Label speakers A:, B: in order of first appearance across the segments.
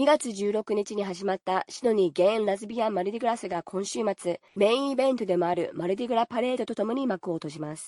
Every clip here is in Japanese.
A: 2月16日に始まったシドニーゲインラズビアンマルディグラスが今週末、メインイベントでもあるマルディグラパレードとともに幕を閉じます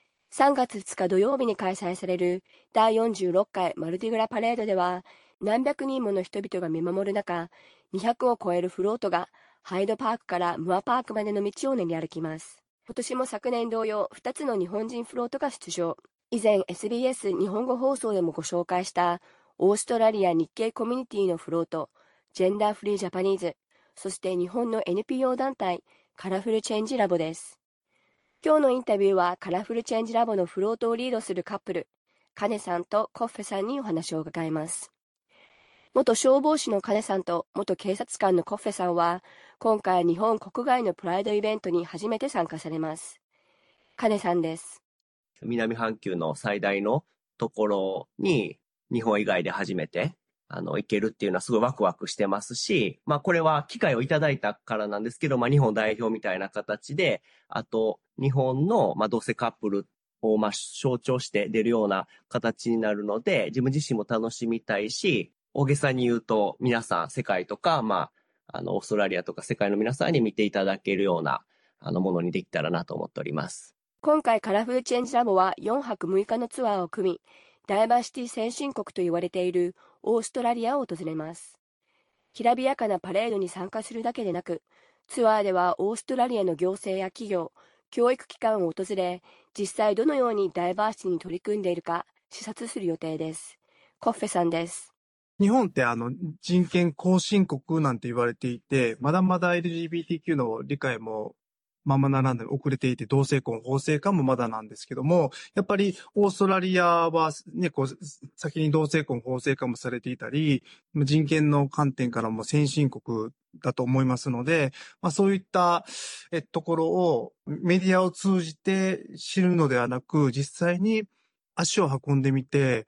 A: 。3月2日土曜日に開催される第46回マルディグラパレードでは、何百人もの人々が見守る中、200を超えるフロートがハイドパークからムアパークまでの道を練り歩きます。今年も昨年同様、2つの日本人フロートが出場。以前 SBS 日本語放送でもご紹介したオーストラリア日系コミュニティのフロート、ジェンダーフリージャパニーズ、そして日本の NPO 団体、カラフルチェンジラボです。今日のインタビューはカラフルチェンジラボのフロートをリードするカップル、カネさんとコッフェさんにお話を伺います。元消防士のカネさんと元警察官のコッフェさんは、今回日本国外のプライドイベントに初めて参加されます。カネさんです。
B: 南半球の最大のところに日本以外で初めて行けるっていうのはすごいワクワクしてますし、これは機会をいただいたからなんですけど、日本代表みたいな形で、あと日本の同性カップルを象徴して出るような形になるので、自分自身も楽しみたいし、大げさに言うと皆さん世界とか、オーストラリアとか世界の皆さんに見ていただけるようなものにできたらなと思っております。
A: 今回カラフルチェンジラボは4泊6日のツアーを組み、ダイバーシティ先進国と言われているオーストラリアを訪れます。きらびやかなパレードに参加するだけでなく、ツアーではオーストラリアの行政や企業、教育機関を訪れ、実際どのようにダイバーシティに取り組んでいるか視察する予定です。コッフェさんです。
C: 日本って人権後進国なんて言われていて、まだまだ LGBTQ の理解もままならない、遅れていて、同性婚、法制化もまだなんですけども、やっぱりオーストラリアはね、先に同性婚、法制化もされていたり、人権の観点からも先進国だと思いますので、そういったところをメディアを通じて知るのではなく、実際に足を運んでみて、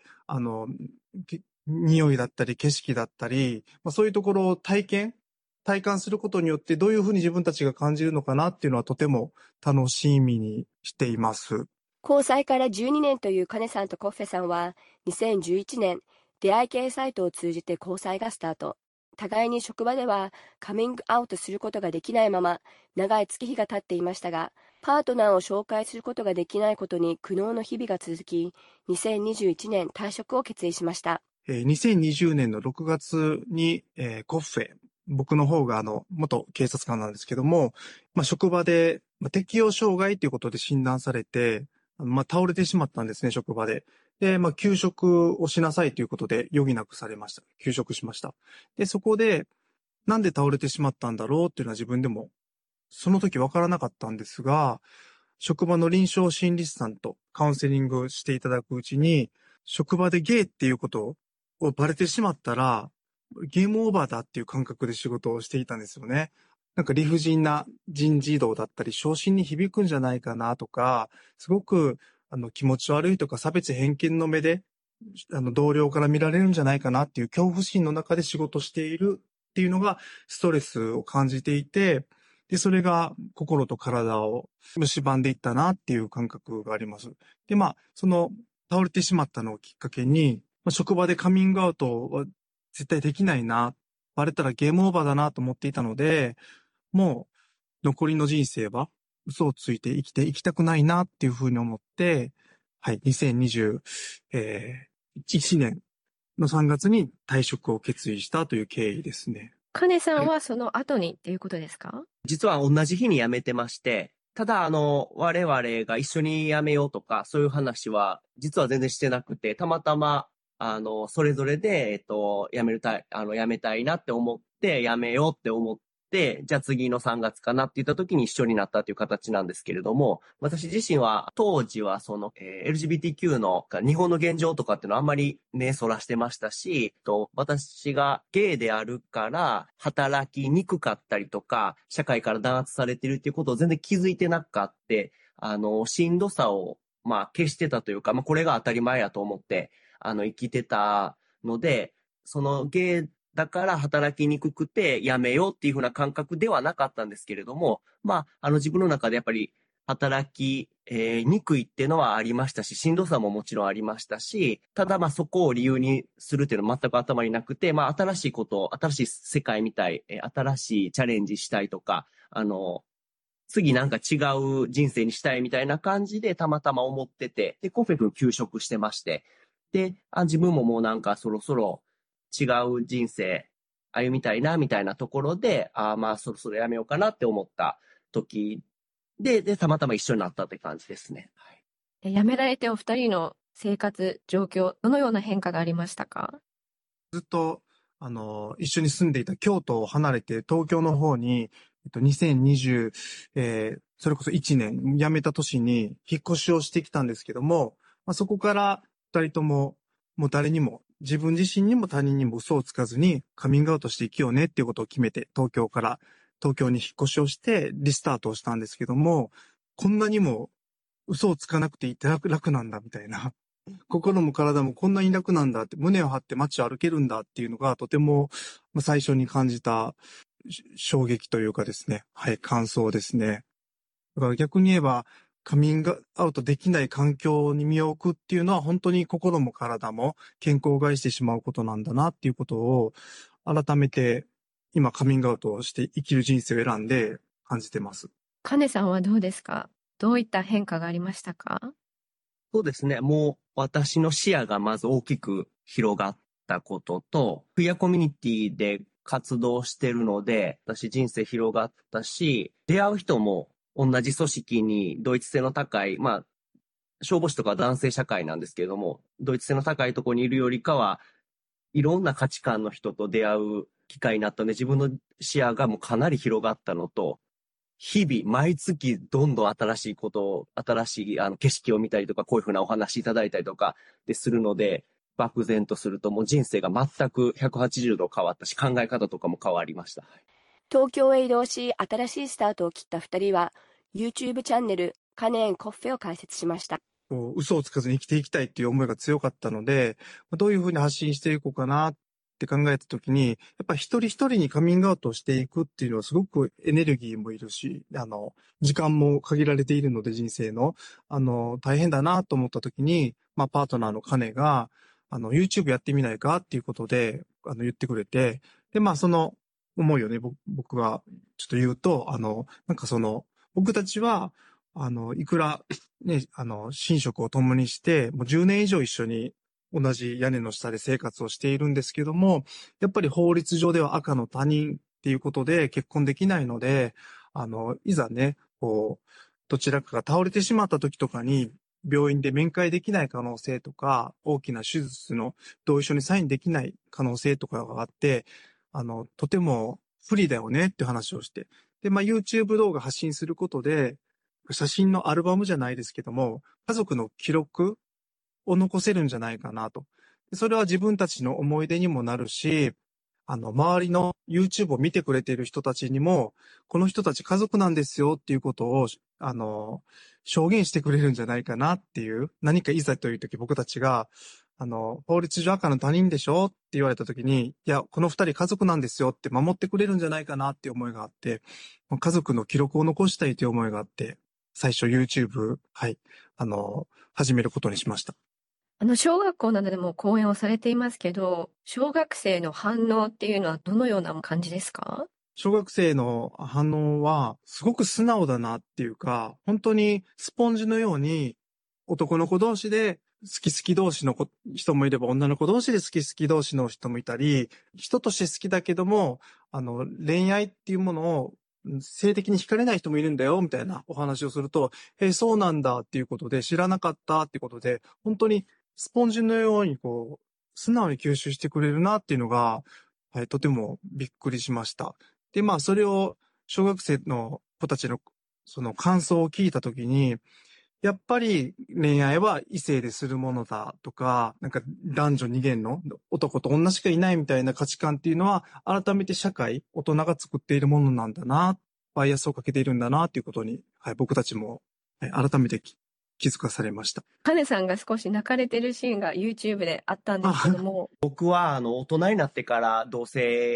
C: 匂いだったり景色だったり、そういうところを体感することによってどういうふうに自分たちが感じるのかなっていうのはとても楽しみにしています。
A: 交際から12年というカネさんとコッフェさんは、2011年、出会い系サイトを通じて交際がスタート。互いに職場ではカミングアウトすることができないまま、長い月日が経っていましたが、パートナーを紹介することができないことに苦悩の日々が続き、2021年退職を決意しました。
C: 2020年の6月に、コッフェ、僕の方が元警察官なんですけども、職場で、適応障害ということで診断されて、倒れてしまったんですね、職場で。で、休職をしなさいということで余儀なくされました。休職しました。で、そこで、なんで倒れてしまったんだろうっていうのは自分でも、その時わからなかったんですが、職場の臨床心理士さんとカウンセリングをしていただくうちに、職場でゲイっていうことをバレてしまったら、ゲームオーバーだっていう感覚で仕事をしていたんですよね。なんか理不尽な人事異動だったり、昇進に響くんじゃないかなとか、すごく気持ち悪いとか差別偏見の目で、同僚から見られるんじゃないかなっていう恐怖心の中で仕事しているっていうのがストレスを感じていて、で、それが心と体を蝕んでいったなっていう感覚があります。で、その倒れてしまったのをきっかけに、職場でカミングアウトは絶対できないな、バレたらゲームオーバーだなと思っていたので、もう残りの人生は嘘をついて生きていきたくないなっていうふうに思って、はい、2021年の3月に退職を決意したという経緯ですね。
D: カネさんはその後にっていうことですか？
B: 実は同じ日に辞めてまして、ただ我々が一緒に辞めようとか、そういう話は実は全然してなくて、たまたまそれぞれで、辞めたいなって思って、辞めようって思って、じゃあ次の3月かなって言った時に一緒になったという形なんですけれども、私自身は当時はLGBTQ の日本の現状とかっていうのはあんまり目そらしてましたし、私がゲイであるから働きにくかったりとか、社会から弾圧されてるっていうことを全然気づいてなかった、しんどさを消してたというか、これが当たり前やと思って、生きてたので、そのゲイだから働きにくくて辞めようっていう風な感覚ではなかったんですけれども、自分の中でやっぱり働き、にくいっていうのはありましたし、しんどさももちろんありましたし、ただそこを理由にするっていうのは全く頭になくて、新しいこと、新しい世界みたい、新しいチャレンジしたいとか、次なんか違う人生にしたいみたいな感じでたまたま思ってて、で、コフェ君休職してまして、で、自分ももうなんかそろそろ違う人生歩みたいなみたいなところで、そろそろやめようかなって思った時で、たまたま一緒になったって感じですね。はい、
D: 辞められてお二人の生活状況、どのような変化がありましたか？
C: ずっと、一緒に住んでいた京都を離れて東京の方に、2020、それこそ1年、辞めた年に引っ越しをしてきたんですけども、そこから二人とも、もう誰にも、自分自身にも他人にも嘘をつかずにカミングアウトしていきようねっていうことを決めて、東京に引っ越しをしてリスタートをしたんですけども、こんなにも嘘をつかなくていいって楽なんだみたいな。心も体もこんなに楽なんだって、胸を張って街を歩けるんだっていうのがとても最初に感じた衝撃というかですね。はい、感想ですね。だから逆に言えば、カミングアウトできない環境に身を置くっていうのは本当に心も体も健康を害してしまうことなんだなっていうことを改めて今カミングアウトをして生きる人生を選んで感じてます。
D: カネさんはどうですか？どういった変化がありましたか？
B: そうですね。もう私の視野がまず大きく広がったことと、クイアコミュニティで活動してるので、私人生広がったし、出会う人も同じ組織に同一性の高い、消防士とか男性社会なんですけれども、同一性の高いところにいるよりかは、いろんな価値観の人と出会う機会になったので、自分の視野がもうかなり広がったのと、日々、毎月、どんどん新しいことを、新しい景色を見たりとか、こういうふうなお話いただいたりとかでするので、漠然とするともう人生が全く180度変わったし、考え方とかも変わりました。
A: 東京へ移動し、新しいスタートを切った2人は、YouTube チャンネル、カネンコッフェを開設しました。
C: 嘘をつかずに生きていきたいっていう思いが強かったので、どういうふうに発信していこうかなって考えたときに、やっぱ一人一人にカミングアウトをしていくっていうのはすごくエネルギーもいるし、時間も限られているので人生の、大変だなと思ったときに、パートナーのカネが、YouTube やってみないかっていうことで、言ってくれて、で、その思いをね、僕がちょっと言うと、僕たちは、いくら、ね、寝食を共にして、もう10年以上一緒に同じ屋根の下で生活をしているんですけども、やっぱり法律上では赤の他人っていうことで結婚できないので、いざね、どちらかが倒れてしまった時とかに、病院で面会できない可能性とか、大きな手術の同意書にサインできない可能性とかがあって、とても不利だよねって話をして。で、YouTube 動画発信することで、写真のアルバムじゃないですけども、家族の記録を残せるんじゃないかなと。それは自分たちの思い出にもなるし、周りの YouTube を見てくれている人たちにも、この人たち家族なんですよっていうことを、証言してくれるんじゃないかなっていう、何かいざという時僕たちが、法律上赤の他人でしょって言われた時に、いや、この二人家族なんですよって守ってくれるんじゃないかなっていう思いがあって、家族の記録を残したいという思いがあって、最初 YouTube、はい、始めることにしました。
D: 小学校などでも講演をされていますけど、小学生の反応っていうのはどのような感じですか？
C: 小学生の反応はすごく素直だなっていうか、本当にスポンジのように男の子同士で好き好き同士の人もいれば女の子同士で好き好き同士の人もいたり、人として好きだけども、恋愛っていうものを性的に惹かれない人もいるんだよ、みたいなお話をすると、そうなんだっていうことで知らなかったっていうことで、本当にスポンジのように素直に吸収してくれるなっていうのが、はい、とてもびっくりしました。で、それを小学生の子たちのその感想を聞いたときに、やっぱり恋愛は異性でするものだとか、なんか男女二元の男と女しかいないみたいな価値観っていうのは、改めて社会、大人が作っているものなんだな、バイアスをかけているんだなっていうことに、はい、僕たちも、はい、改めて気づかされました。
D: カネさんが少し泣かれてるシーンが YouTube であったんですけども。
B: 僕は大人になってから同性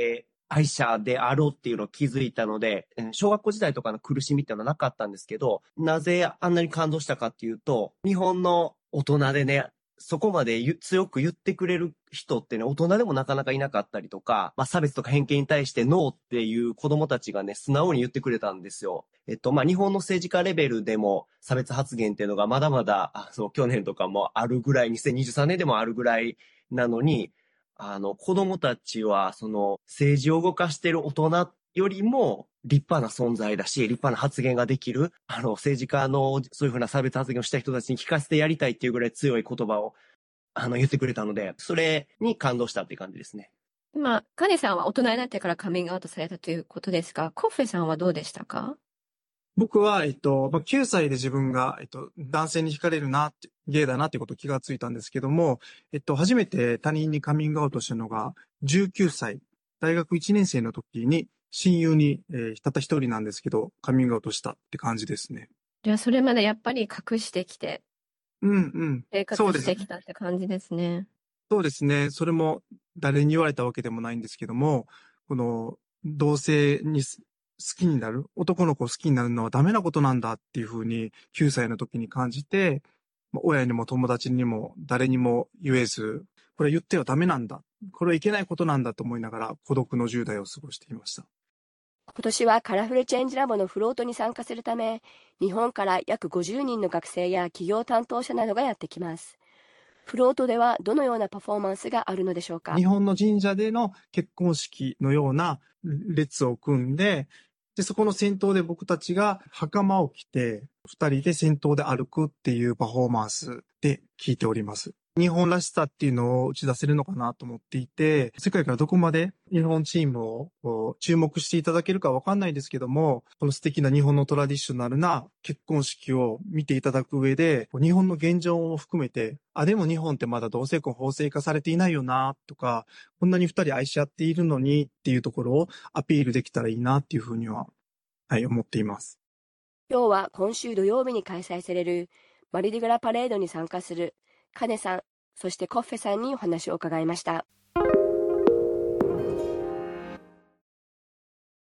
B: 愛者であろうっていうのを気づいたので、小学校時代とかの苦しみっていうのはなかったんですけど、なぜあんなに感動したかっていうと、日本の大人でね、そこまで強く言ってくれる人ってね、大人でもなかなかいなかったりとか、差別とか偏見に対してノーっていう子供たちがね、素直に言ってくれたんですよ。日本の政治家レベルでも差別発言っていうのがまだまだ、去年とかもあるぐらい、2023年でもあるぐらいなのに、子供たちは、政治を動かしている大人よりも立派な存在だし、立派な発言ができる、政治家のそういうふうな差別発言をした人たちに聞かせてやりたいっていうぐらい強い言葉を、言ってくれたので、それに感動したっていう感じですね。
D: 今、カネさんは大人になってからカミングアウトされたということですが、コッフェさんはどうでしたか？
C: 僕は、9歳で自分が、男性に惹かれるなって、ゲイだなっていうことを気がついたんですけども、初めて他人にカミングアウトしたのが19歳、大学1年生の時に親友に、たった一人なんですけど、カミングアウトしたって感じですね。
D: じゃあ、それまでやっぱり隠してきて、生活してきたって感じですね。
C: そうですね。それも誰に言われたわけでもないんですけども、この同性に好きになる、男の子を好きになるのはダメなことなんだっていうふうに9歳の時に感じて、親にも友達にも誰にも言えず、これ言ってはダメなんだ。これはいけないことなんだと思いながら孤独の10代を過ごしていました。
A: 今年はカラフルチェンジラボのフロートに参加するため、日本から約50人の学生や企業担当者などがやってきます。フロートではどのようなパフォーマンスがあるのでしょうか？
C: 日本の神社での結婚式のような列を組んで、そこの先頭で僕たちが袴を着て、二人で先頭で歩くっていうパフォーマンスで聞いております。日本らしさっていうのを打ち出せるのかなと思っていて、世界からどこまで日本チームを注目していただけるかわかんないですけども、この素敵な日本のトラディショナルな結婚式を見ていただく上で、日本の現状も含めて、でも日本ってまだ同性婚法制化されていないよなとか、こんなに二人愛し合っているのにっていうところをアピールできたらいいなっていうふうには、思っています。
A: 今日は今週土曜日に開催されるマリディグラパレードに参加するカネさん、そしてコッフェさんにお話を伺いました。